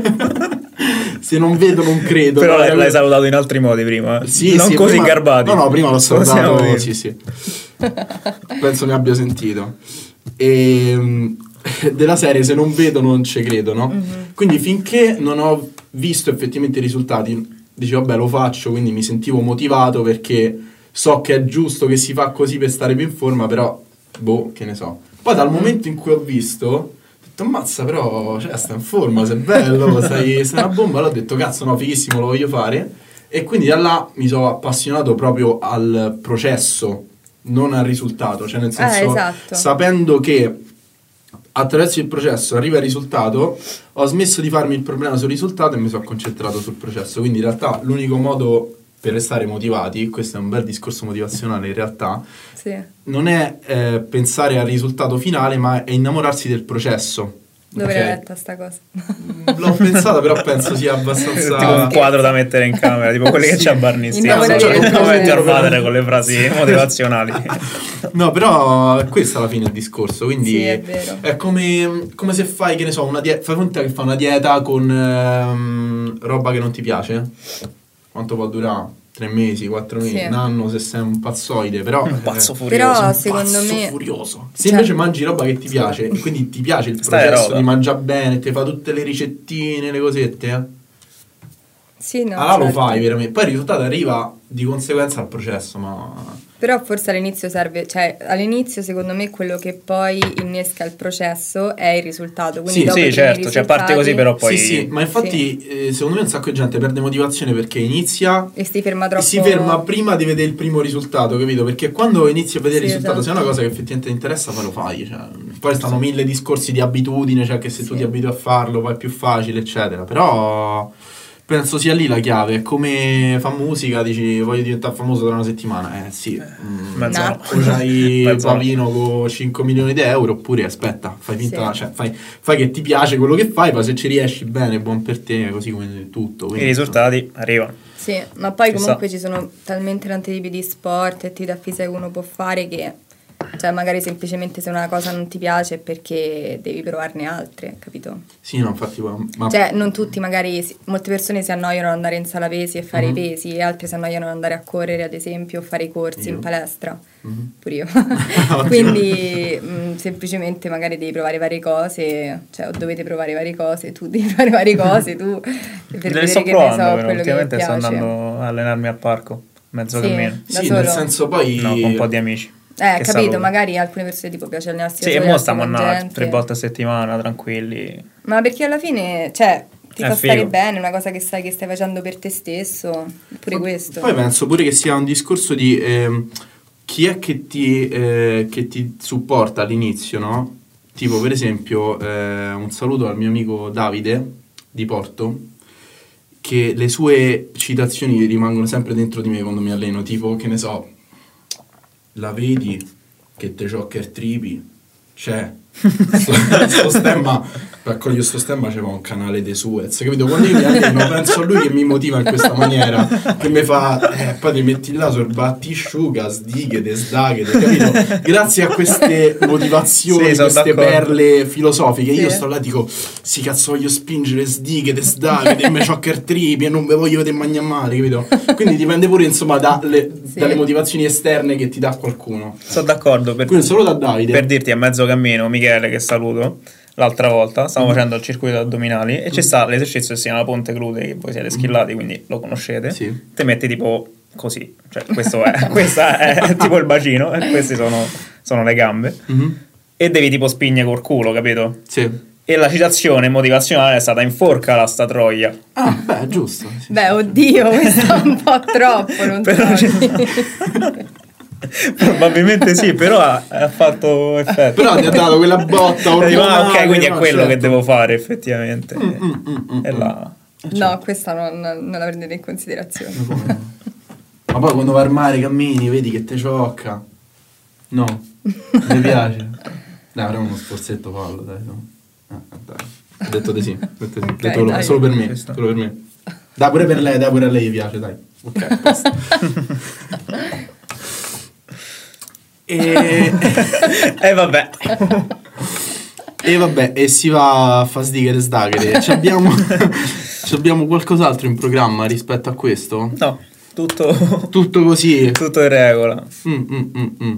se non vedo non credo. Però no? l'hai, l'hai salutato in altri modi prima. Sì, non sì, così prima- garbati. No, no, prima l'ho Possiamo salutato, dire. sì, sì. Penso mi abbia sentito. E mh, della serie se non vedo non ci credo, no? Mhm. Quindi finché non ho visto effettivamente i risultati, dicevo vabbè lo faccio, quindi mi sentivo motivato perché so che è giusto che si fa così per stare più in forma, però boh, che ne so. Poi dal momento in cui ho visto ho detto ammazza però, cioè sta in forma, sei bello, sei, sei una bomba, allora ho detto cazzo no, fighissimo, lo voglio fare. E quindi da là mi sono appassionato proprio al processo, non al risultato, cioè nel senso Eh, esatto. sapendo che attraverso il processo arriva il risultato, ho smesso di farmi il problema sul risultato e mi sono concentrato sul processo. Quindi in realtà l'unico modo per restare motivati, questo è un bel discorso motivazionale in realtà, Sì. non è eh, pensare al risultato finale, ma è innamorarsi del processo. Dove ok? l'hai letta sta cosa? L'ho pensata, però penso sia abbastanza... Tipo un quadro da mettere in camera, tipo quelli che Sì. c'ha Barney Innamorare Stinson. del Cioè, come metti a processo. battere con le frasi motivazionali. No, però è questo alla fine il discorso, quindi Sì, è vero. come, come se fai, che ne so, una dieta, fai conto che fai una dieta con ehm, roba che non ti piace, quanto può durare? Tre mesi, quattro mesi, Sì. un anno se sei un pazzoide, però... Un pazzo eh, furioso. Però un secondo pazzo me furioso. Se Cioè- invece mangi roba che ti piace e quindi ti piace il Stai processo roba. di mangiare bene, ti fa tutte le ricettine, le cosette, eh? Sì, no, allora lo certo. fai veramente. Poi il risultato arriva di conseguenza al processo, ma... Però forse all'inizio serve, cioè all'inizio secondo me quello che poi innesca il processo è il risultato. Quindi Sì, dopo sì, i primi certo, cioè parte risultati- così però poi... Sì, sì, ma infatti eh, secondo me un sacco di gente perde motivazione perché inizia E si ferma e troppo. si ferma prima di vedere il primo risultato, capito? Perché quando inizi a vedere Sì, il risultato, se è esatto. una cosa che effettivamente ti interessa, poi lo fai. Cioè, poi stanno mille discorsi di abitudine, cioè che se tu Sì. ti abitui a farlo poi è più facile, eccetera. Però, penso sia lì la chiave. Come fa musica, dici voglio diventare famoso tra una settimana. Eh sì, mm, Mezzo no. o c'hai Mezzo no. Pavino con cinque milioni di euro, oppure aspetta, fai finta, Sì. cioè fai, fai che ti piace quello che fai, ma se ci riesci bene, buon per te, così come tutto. I quindi, risultati arrivano. Sì, ma poi Ci comunque sta. ci sono talmente tanti tipi di sport e attività fisiche che uno può fare che, cioè magari semplicemente se una cosa non ti piace è perché devi provarne altre, capito? Sì, no, infatti, ma, ma- Cioè non tutti, magari si- molte persone si annoiano ad andare in sala pesi e fare Mhm. i pesi, e altre si annoiano ad andare a correre ad esempio o fare i corsi Io. in palestra, Mhm. pure io. Ottimo. Quindi mh, semplicemente magari devi provare varie cose, cioè o dovete provare varie cose, tu devi fare varie cose, tu per Le vedere sto che ne provando, so, però quello che ti ultimamente sto piace. andando a allenarmi al parco, mezzo Sì. cammino. Da sì, solo? nel senso poi... No, con un po' di amici. Eh, Che capito, saluto. magari alcune persone tipo piace allenarsi da Sì, e sole, mo altre stiamo con andando gente. tre volte a settimana, tranquilli. Ma perché alla fine, cioè, ti È fa stare figo. bene, una cosa che sai che stai facendo per te stesso, pure questo. Poi penso pure che sia un discorso di ehm, chi è che ti, eh, che ti supporta all'inizio, no? Tipo, per esempio, eh, un saluto al mio amico Davide di Porto, che le sue citazioni rimangono sempre dentro di me quando mi alleno, tipo, che ne so, la vedi che te gioca il tripi? C'è. Sto, sto stemma, per accogliere sto stemma c'era un canale dei Suez, capito? Quando io mi alleno penso a lui che mi motiva in questa maniera, che mi fa, eh, poi ti metti là, sorbatti sciuga, sdighe, sdaghe, capito? Grazie a queste motivazioni, Sì, sono queste d'accordo. perle filosofiche, io Sì. sto là e dico, sì cazzo voglio spingere, sdighe, sdaghe, e me ciocca il tripi e non ve voglio vedere mangiare male, capito? Quindi dipende pure insomma dalle, Sì. dalle motivazioni esterne che ti dà qualcuno. Sono d'accordo. Per, Quindi solo da Davide. per dirti a mezzo cammino, Michele, che saluto, l'altra volta stavo Mm. facendo il circuito addominali e c'è sta l'esercizio che si chiama ponte glutei, che voi siete schillati, quindi lo conoscete. Sì. Te metti tipo così, cioè questo è, questa è tipo il bacino e queste sono, sono le gambe. Mhm. E devi tipo spingere col culo, capito? Sì. E la citazione motivazionale è stata inforca la sta troia. Ah, beh, giusto. Sì. Beh, oddio, questo è un po' troppo, non Però- so. Probabilmente sì, però ha, ha fatto effetto. Però ti ha dato quella botta E dico, ah, ok, ormonale, quindi è no, quello certo. che devo fare effettivamente. Mm, mm, mm, E mm. là. No, questa non, non la prendete in considerazione. Come no? Ma poi quando vai al mare cammini, vedi che te ciocca. No, mi piace. Dai, avremo uno sforzetto fallo, dai. No. Ah, dai. Ho detto di sì. Ho detto di sì. Ok, Detto dai. solo per me. Ci sta. Solo per me. Dai pure per lei, dai pure a lei gli piace, dai. Ok, basta. e... E vabbè. e vabbè, e si va a fa sdighere e sdaghere. Ci abbiamo... ci abbiamo qualcos'altro in programma rispetto a questo? No, tutto, Tutto così. tutto in regola. Mm, mm, mm, mm.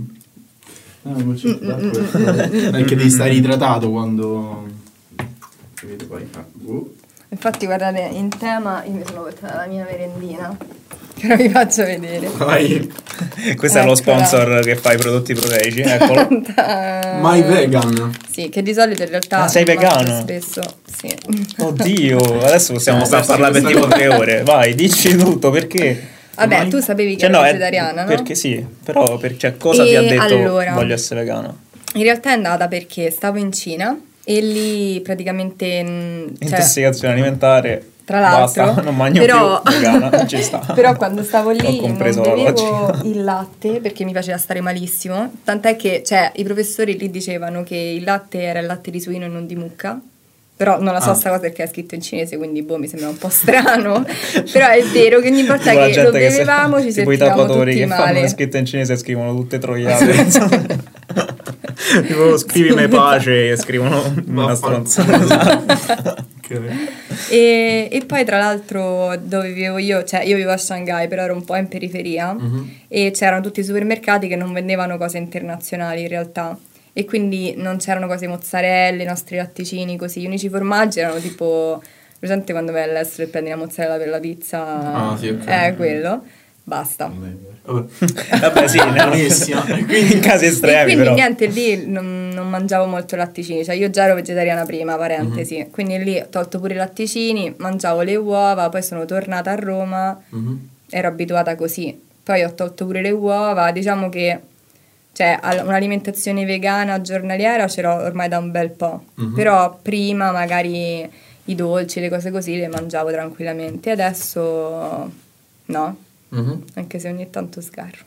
Anche devi stare idratato quando... Capito, poi... ah, uh. Infatti, guardate, in tema io mi sono portata la mia merendina, che ora vi faccio vedere. Vai. Questo è lo Eccola. sponsor che fa i prodotti proteici, eccolo. Ta- My vegan. Sì, che di solito in realtà Ah, sei non mangio vegano? spesso, sì. Oddio, adesso possiamo Eh, stare a questa- parlare per questa tipo cosa- tre ore. Vai, dici tutto, perché? Vabbè, Mai? tu sapevi che Cioè, ero no, è- vegetariana, no? perché sì, però per, cioè, cosa ti E ha detto allora? voglio essere vegano? In realtà è andata perché stavo in Cina e lì praticamente... mh, cioè, Intossicazione alimentare. tra l'altro, Basta, non mangio però, più, vegana, ci sta. però quando stavo Ho lì non compreso bevevo l'orologio. il latte perché mi faceva stare malissimo, tant'è che cioè, i professori lì dicevano che il latte era il latte di suino e non di mucca, però non la so Ah. sta cosa perché è scritto in cinese, quindi boh, mi sembra un po' strano, però è vero che ogni volta Tipo la che lo gente che se- bevevamo ci tipo i sentivamo tatuatori tutti che fanno male. le scritte in cinese e scrivono tutte troiate. Tipo scrivimi pace e scrivono una stronzata. Ok. E, e poi tra l'altro dove vivevo io, cioè io vivo a Shanghai però ero un po' in periferia Mhm. e c'erano tutti i supermercati che non vendevano cose internazionali in realtà e quindi non c'erano cose mozzarelle, i nostri latticini così, gli unici formaggi erano tipo, presente quando vai all'estero e prendi la mozzarella per la pizza, Ah, sì, ok. eh quello, basta. Vabbè. Vabbè sì, ne ho- Buonissimo. in casi E estremi quindi però. niente, lì non, non mangiavo molto latticini, cioè io già ero vegetariana prima, parentesi, Mhm. quindi lì ho tolto pure i latticini, mangiavo le uova, poi sono tornata a Roma, Mhm. ero abituata così, poi ho tolto pure le uova, diciamo che cioè, al- un'alimentazione vegana giornaliera ce l'ho ormai da un bel po', Mhm. però prima magari i dolci, le cose così le mangiavo tranquillamente. Adesso no, Mm-hmm. anche se ogni tanto sgarro.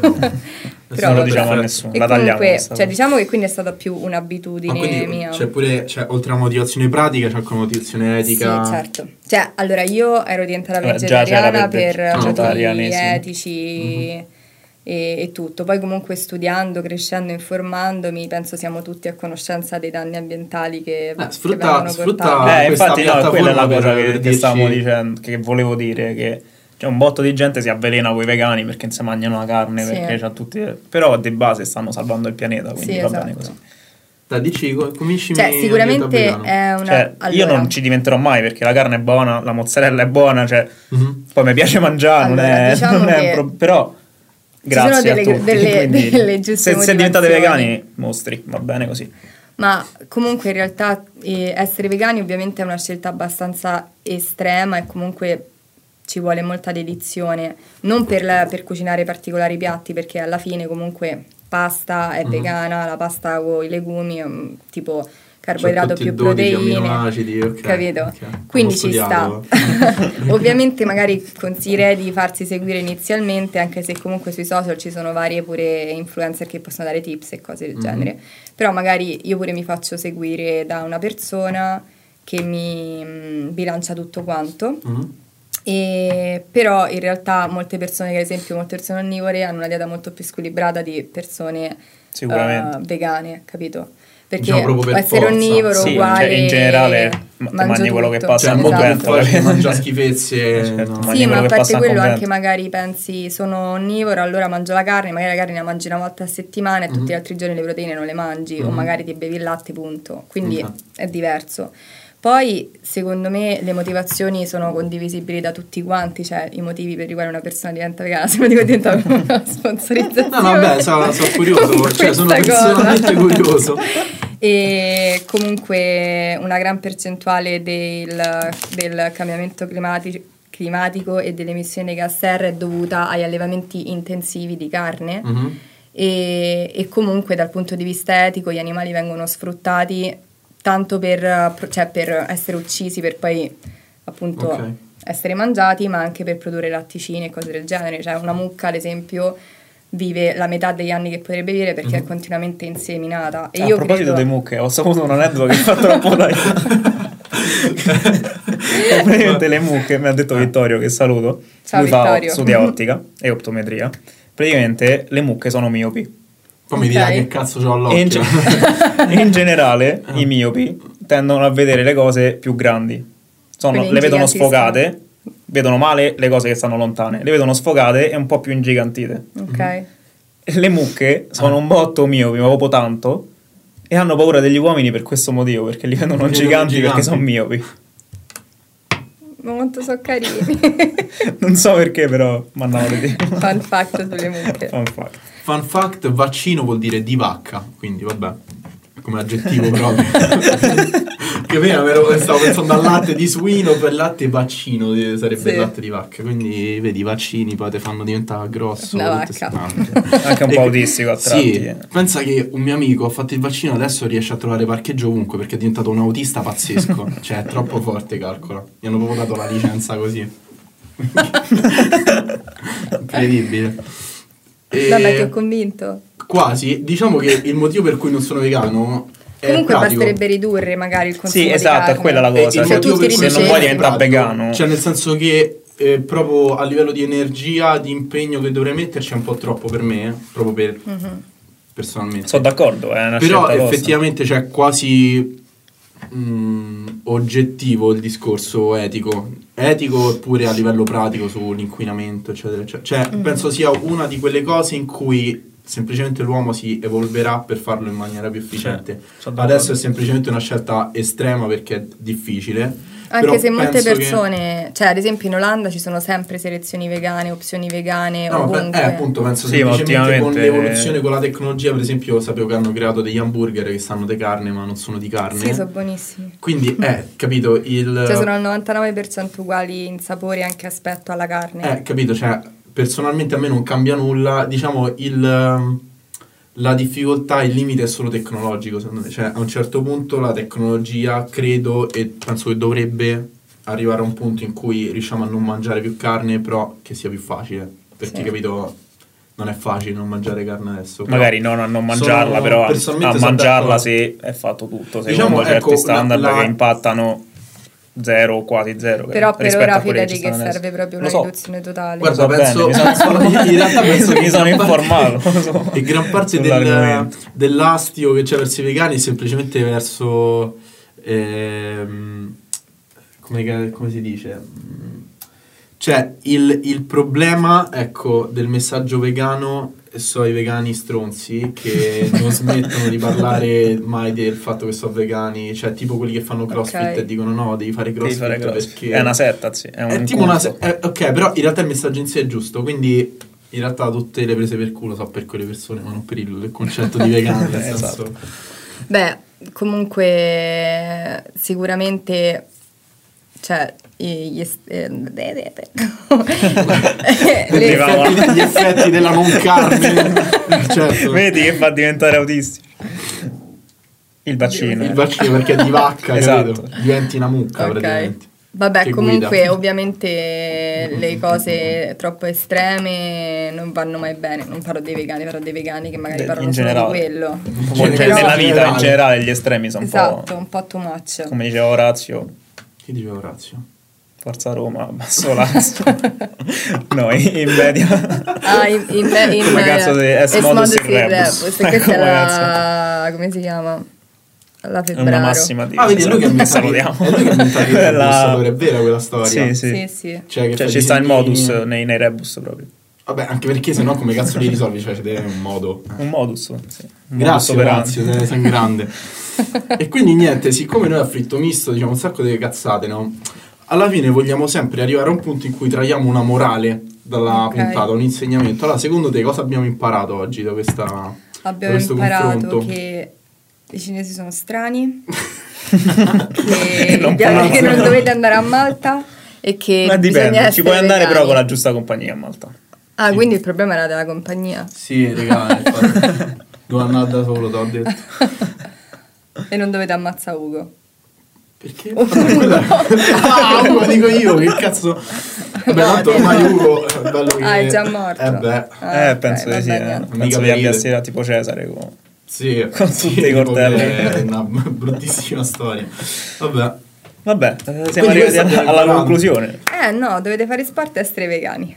Però non lo diciamo a nessuno, la tagliamo. Comunque, cioè, diciamo che quindi è stata più un'abitudine Ma quindi mia. c'è pure, cioè, oltre alla motivazione pratica, c'è anche una motivazione etica. Sì, certo. Cioè, allora io ero diventata Vabbè, già vegetariana c'era per per motivi vegetarianesimo. etici Mm-hmm. e, e tutto. Poi comunque studiando, crescendo, informandomi, penso siamo tutti a conoscenza dei danni ambientali che, Eh, che sfrutta- vengono sfrutta- portati. Eh, questa infatti no, quella è la piattaforma cosa per- che, per che stavamo dirci- dicendo, che volevo dire, che c'è un botto di gente si avvelena con i vegani perché non si mangiano la carne, Sì. perché c'ha tutti... però di base stanno salvando il pianeta, quindi Sì, va esatto. bene così. Dai, dici, cominci Cioè, sicuramente è una... Cioè, io allora, non ci diventerò mai perché la carne è buona, la mozzarella è buona, cioè Mhm. poi mi piace mangiare, non Allora, è, diciamo non è un che pro- però grazie sono delle- a tutti. delle- quindi delle giuste se, se diventate motivazioni. vegani, mostri, va bene così. Ma comunque in realtà eh, essere vegani ovviamente è una scelta abbastanza estrema e comunque ci vuole molta dedizione, non per, la- per cucinare particolari piatti, perché alla fine comunque pasta è Mhm. vegana, la pasta con i legumi, è un tipo C'è carboidrato tutti più i dodici proteine, amminoacidi, ok, capito? ok. Quindi Ho ci sta. studiato. Ovviamente magari consiglierei di farsi seguire inizialmente, anche se comunque sui social ci sono varie pure influencer che possono dare tips e cose del Mhm. genere. Però magari io pure mi faccio seguire da una persona che mi mm, bilancia tutto quanto. Mhm. E però in realtà molte persone, che ad esempio molte persone onnivore, hanno una dieta molto più squilibrata di persone Sicuramente. eh, vegane, capito? Perché Diciamo proprio per essere forza. onnivoro Sì, uguale cioè, in generale ma- mangio mangi quello che tutto. passa Cioè, al molto più convento, facile capito? mangiare schifezze. Certo, no. mangi Sì, ma quello a che parte passa al quello convento. anche magari pensi sono onnivoro, allora mangio la carne, magari la carne la mangi una volta a settimana e tutti Mhm. gli altri giorni le proteine non le mangi, o Mhm. magari ti bevi il latte, punto. Quindi Ok. è diverso. Poi, secondo me, le motivazioni sono condivisibili da tutti quanti, cioè i motivi per i quali una persona diventa vegana, se non dico diventa una sponsorizzazione. No, no, vabbè, sono, sono curioso, Con cioè sono questa cosa. personalmente curioso. E comunque una gran percentuale del, del cambiamento climatico, climatico e delle emissioni dei gas serra è dovuta agli allevamenti intensivi di carne. Mhm. E, e comunque dal punto di vista etico gli animali vengono sfruttati tanto per, cioè per essere uccisi, per poi appunto Ok. essere mangiati, ma anche per produrre latticini e cose del genere. Cioè una mucca, ad esempio, vive la metà degli anni che potrebbe vivere perché Mhm. è continuamente inseminata. E A io proposito credo... delle mucche, ho saputo un aneddoto che fa troppo dai. Praticamente le mucche, mi ha detto Vittorio, che saluto. Ciao, Lui fa Vittorio. studia ottica e optometria. Praticamente le mucche sono miopi. Poi mi Ok. dirà che cazzo c'ho E in, all'occhio. ge- in generale i miopi tendono a vedere le cose più grandi. Sono- Quindi le vedono ingigantissime. sfocate, vedono male le cose che stanno lontane, le vedono sfocate e un po' più ingigantite. Ok. Le mucche sono Ah. un botto miopi, ma proprio tanto, e hanno paura degli uomini per questo motivo, perché li vedono Li vedono giganti, giganti. perché sono miopi. Ma quanto sono carini. Non so perché, però mi hanno detto. Fun fact sulle mucche. Fun fact. Fun fact, vaccino vuol dire di vacca, quindi vabbè, come aggettivo proprio. Che prima me lo- stavo pensando al latte di suino, per latte vaccino eh, sarebbe Sì. il latte di vacca, quindi vedi i vaccini poi ti fanno diventare grosso. Una tutte vacca. ste- Anche un E po' che- autistico a tratti. Sì, pensa che un mio amico ha fatto il vaccino, adesso riesce a trovare parcheggio ovunque perché è diventato un autista pazzesco. Cioè è troppo forte, calcola. Gli hanno proprio dato la licenza così. Incredibile. E Vabbè, ti ho convinto. quasi, diciamo che il motivo per cui non sono vegano è Comunque pratico. basterebbe ridurre magari il consumo Sì, di esatto, carne. è quella la E cosa. il Cioè, motivo tutti per cui riducenti. se non vuoi diventare pratico, vegano, cioè nel senso che eh, proprio a livello di energia, di impegno che dovrei metterci è un po' troppo per me, eh, proprio per Mhm. personalmente. sono d'accordo, è una Però scelta tosta. effettivamente c'è quasi mh, oggettivo il discorso etico, etico oppure a livello pratico sull'inquinamento, eccetera, eccetera. Cioè, Mm. penso sia una di quelle cose in cui semplicemente l'uomo si evolverà per farlo in maniera più efficiente. sono d'accordo. Adesso è semplicemente una scelta estrema perché è difficile. Anche però se molte penso che- persone, cioè ad esempio in Olanda ci sono sempre selezioni vegane, opzioni vegane, No, beh, ovunque. eh, appunto, penso Sì, ma semplicemente con ultimamente- l'evoluzione, con la tecnologia, per esempio, sapevo che hanno creato degli hamburger che sanno di carne, ma non sono di carne. Sì, sono buonissimi. Quindi, eh, capito, il... Cioè sono al novantanove per cento uguali in sapore e anche aspetto alla carne. Eh, capito, cioè, personalmente a me non cambia nulla, diciamo, il... la difficoltà, il limite è solo tecnologico, secondo me. Cioè, a un certo punto la tecnologia, credo, e penso che dovrebbe arrivare a un punto in cui riusciamo a non mangiare più carne, però che sia più facile. Perché, Sì. capito, non è facile non mangiare carne adesso. Però Magari non a non mangiarla, sono- però a, personalmente a sono mangiarla d'accordo. se è fatto tutto, secondo Diciamo, certi ecco, la- standard la- che impattano zero o quasi zero. Però per rispetto ora a quelli fidati ci che stanno serve adesso. proprio Lo una so. riduzione totale. Guarda, So bene, penso, mi sono- in realtà penso che mi sono gran parte- informato, lo so, e gran parte del, sull'argomento. dell'astio che c'è verso i vegani è semplicemente verso ehm, come, come si dice? Cioè il, il problema, ecco, del messaggio vegano so i vegani stronzi che non smettono di parlare mai del fatto che sono vegani, cioè tipo quelli che fanno crossfit Ok. e dicono no, devi fare Devi crossfit, fare crossfit. perché È una setta, sì, è un è tipo una culto. se- eh, ok, però in realtà il messaggio in sé è giusto, quindi in realtà tutte le prese per culo so per quelle persone, ma non per il, il concetto di vegano, nel senso. Esatto. Beh, comunque sicuramente cioè i- gli est- eh, le- Gli Arrivavo. effetti, gli effetti della non carne, certo. Vedi che fa diventare autistici. Il vaccino. Il eh. vaccino perché è di vacca, Esatto. capito? Diventi una mucca Ok. praticamente. Vabbè, Che comunque guida. ovviamente le cose troppo estreme non vanno mai bene. Non parlo dei vegani, parlo dei vegani che magari De- parlano in solo di generale. quello. Poi Però- nella vita in generale. generale gli estremi sono Esatto, un un po' too much. po', come diceva Orazio, Chi diceva Orazio? Forza Roma, basso Lazio. No, in, in media. Ah, in, in, in Come cazzo di es es modus modus in in rebus. rebus. Questa è Come la... come si chiama? La È febbraro. una massima di Ah, vedi, è lui che ha inventato, salutiamo. è lui che ha inventato il rebus, La- allora è vera quella storia. Sì, sì. Sì, sì. Cioè, che Cioè fai ci sta il disegnini- modus nei, nei rebus proprio. Vabbè, anche perché sennò come cazzo li risolvi? Cioè, c'è deve avere un modo. Un modus, sì. Un modus Grazie, operandi. grazie, sei, sei un grande. E quindi niente, siccome noi a Fritto Misto diciamo un sacco di cazzate, no? Alla fine vogliamo sempre arrivare a un punto in cui traiamo una morale dalla Ok. puntata, un insegnamento. Allora, secondo te cosa abbiamo imparato oggi da questa da Abbiamo questo imparato confronto? che i cinesi sono strani, che, Non che parlano. non dovete andare a Malta e che Ma bisogna dipende, ci essere puoi andare vegani. però con la giusta compagnia a Malta. Ah, quindi il problema era della compagnia Sì, raga, infatti, devo andare da solo, t'ho detto. e non dovete ammazzare Ugo. Perché? Ah, Ugo, dico io, che cazzo. Vabbè, No, tanto te- ormai Ugo è bello che... Ah, è già morto. Eh beh, Ah, eh, ok, penso di sì. vabbè, Eh. niente. Mica Penso per vi abbia ridere. sera tipo Cesare. Con... sì, Con sì, tutti i tipo coltelli. che È una bruttissima storia. Vabbè. Vabbè, eh, siamo Quindi arrivati questo alla, abbiamo alla imparato. conclusione. Eh no, dovete fare sport e essere vegani.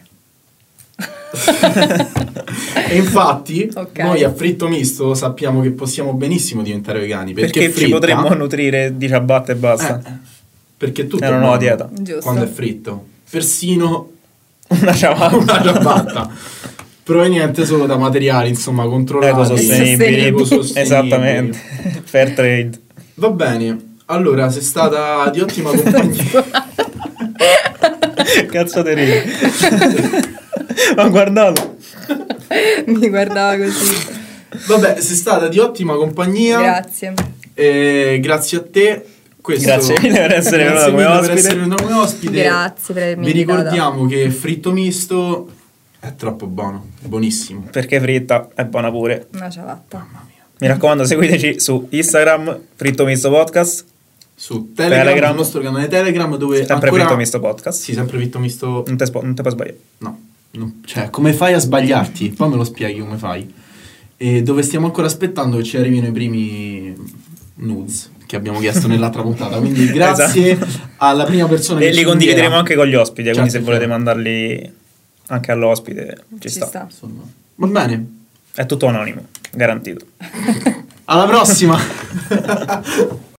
E infatti Ok. noi a Fritto Misto sappiamo che possiamo benissimo diventare vegani perché, Perché, ci fritta- potremmo nutrire di ciabatte e basta. eh, perché tutto È è una nuova buono dieta. Giusto. quando è fritto, persino Una ciabatta. una ciabatta proveniente solo da materiali insomma controllati, Ecosostenibili. ecosostenibili. Esattamente. Fair trade. Va bene, allora sei stata di ottima compagnia. Cazzo te ridi. Ho guardato. Mi guardava così. Vabbè, sei stata di ottima compagnia. Grazie. Eh, grazie a te. Questo- Grazie mille per essere Grazie venuta come mille per ospite. essere venuta come ospite. Grazie per avermi Vi invitata. ricordiamo che Fritto Misto è troppo buono, buonissimo. Perché fritta è buona pure. Una ciabatta. Mamma mia. Mi raccomando, seguiteci su Instagram, Fritto Misto Podcast. Su Telegram, Telegram. il nostro canale Telegram dove Sempre ancora... Fritto Misto Podcast. Sì, sempre Fritto Misto. Non te, spo- non te puoi sbagliare. No, no. Cioè, come fai a sbagliarti? Poi me lo spieghi come fai. E dove stiamo ancora aspettando che ci arrivino i primi nudes che abbiamo chiesto nell'altra puntata. Quindi grazie alla prima persona che E li ci condivideremo invierà. anche con gli ospiti, quindi Certo, se volete certo. mandarli anche all'ospite ci, Ci sta. sta. Insomma. Va bene. È tutto anonimo, garantito. Alla prossima.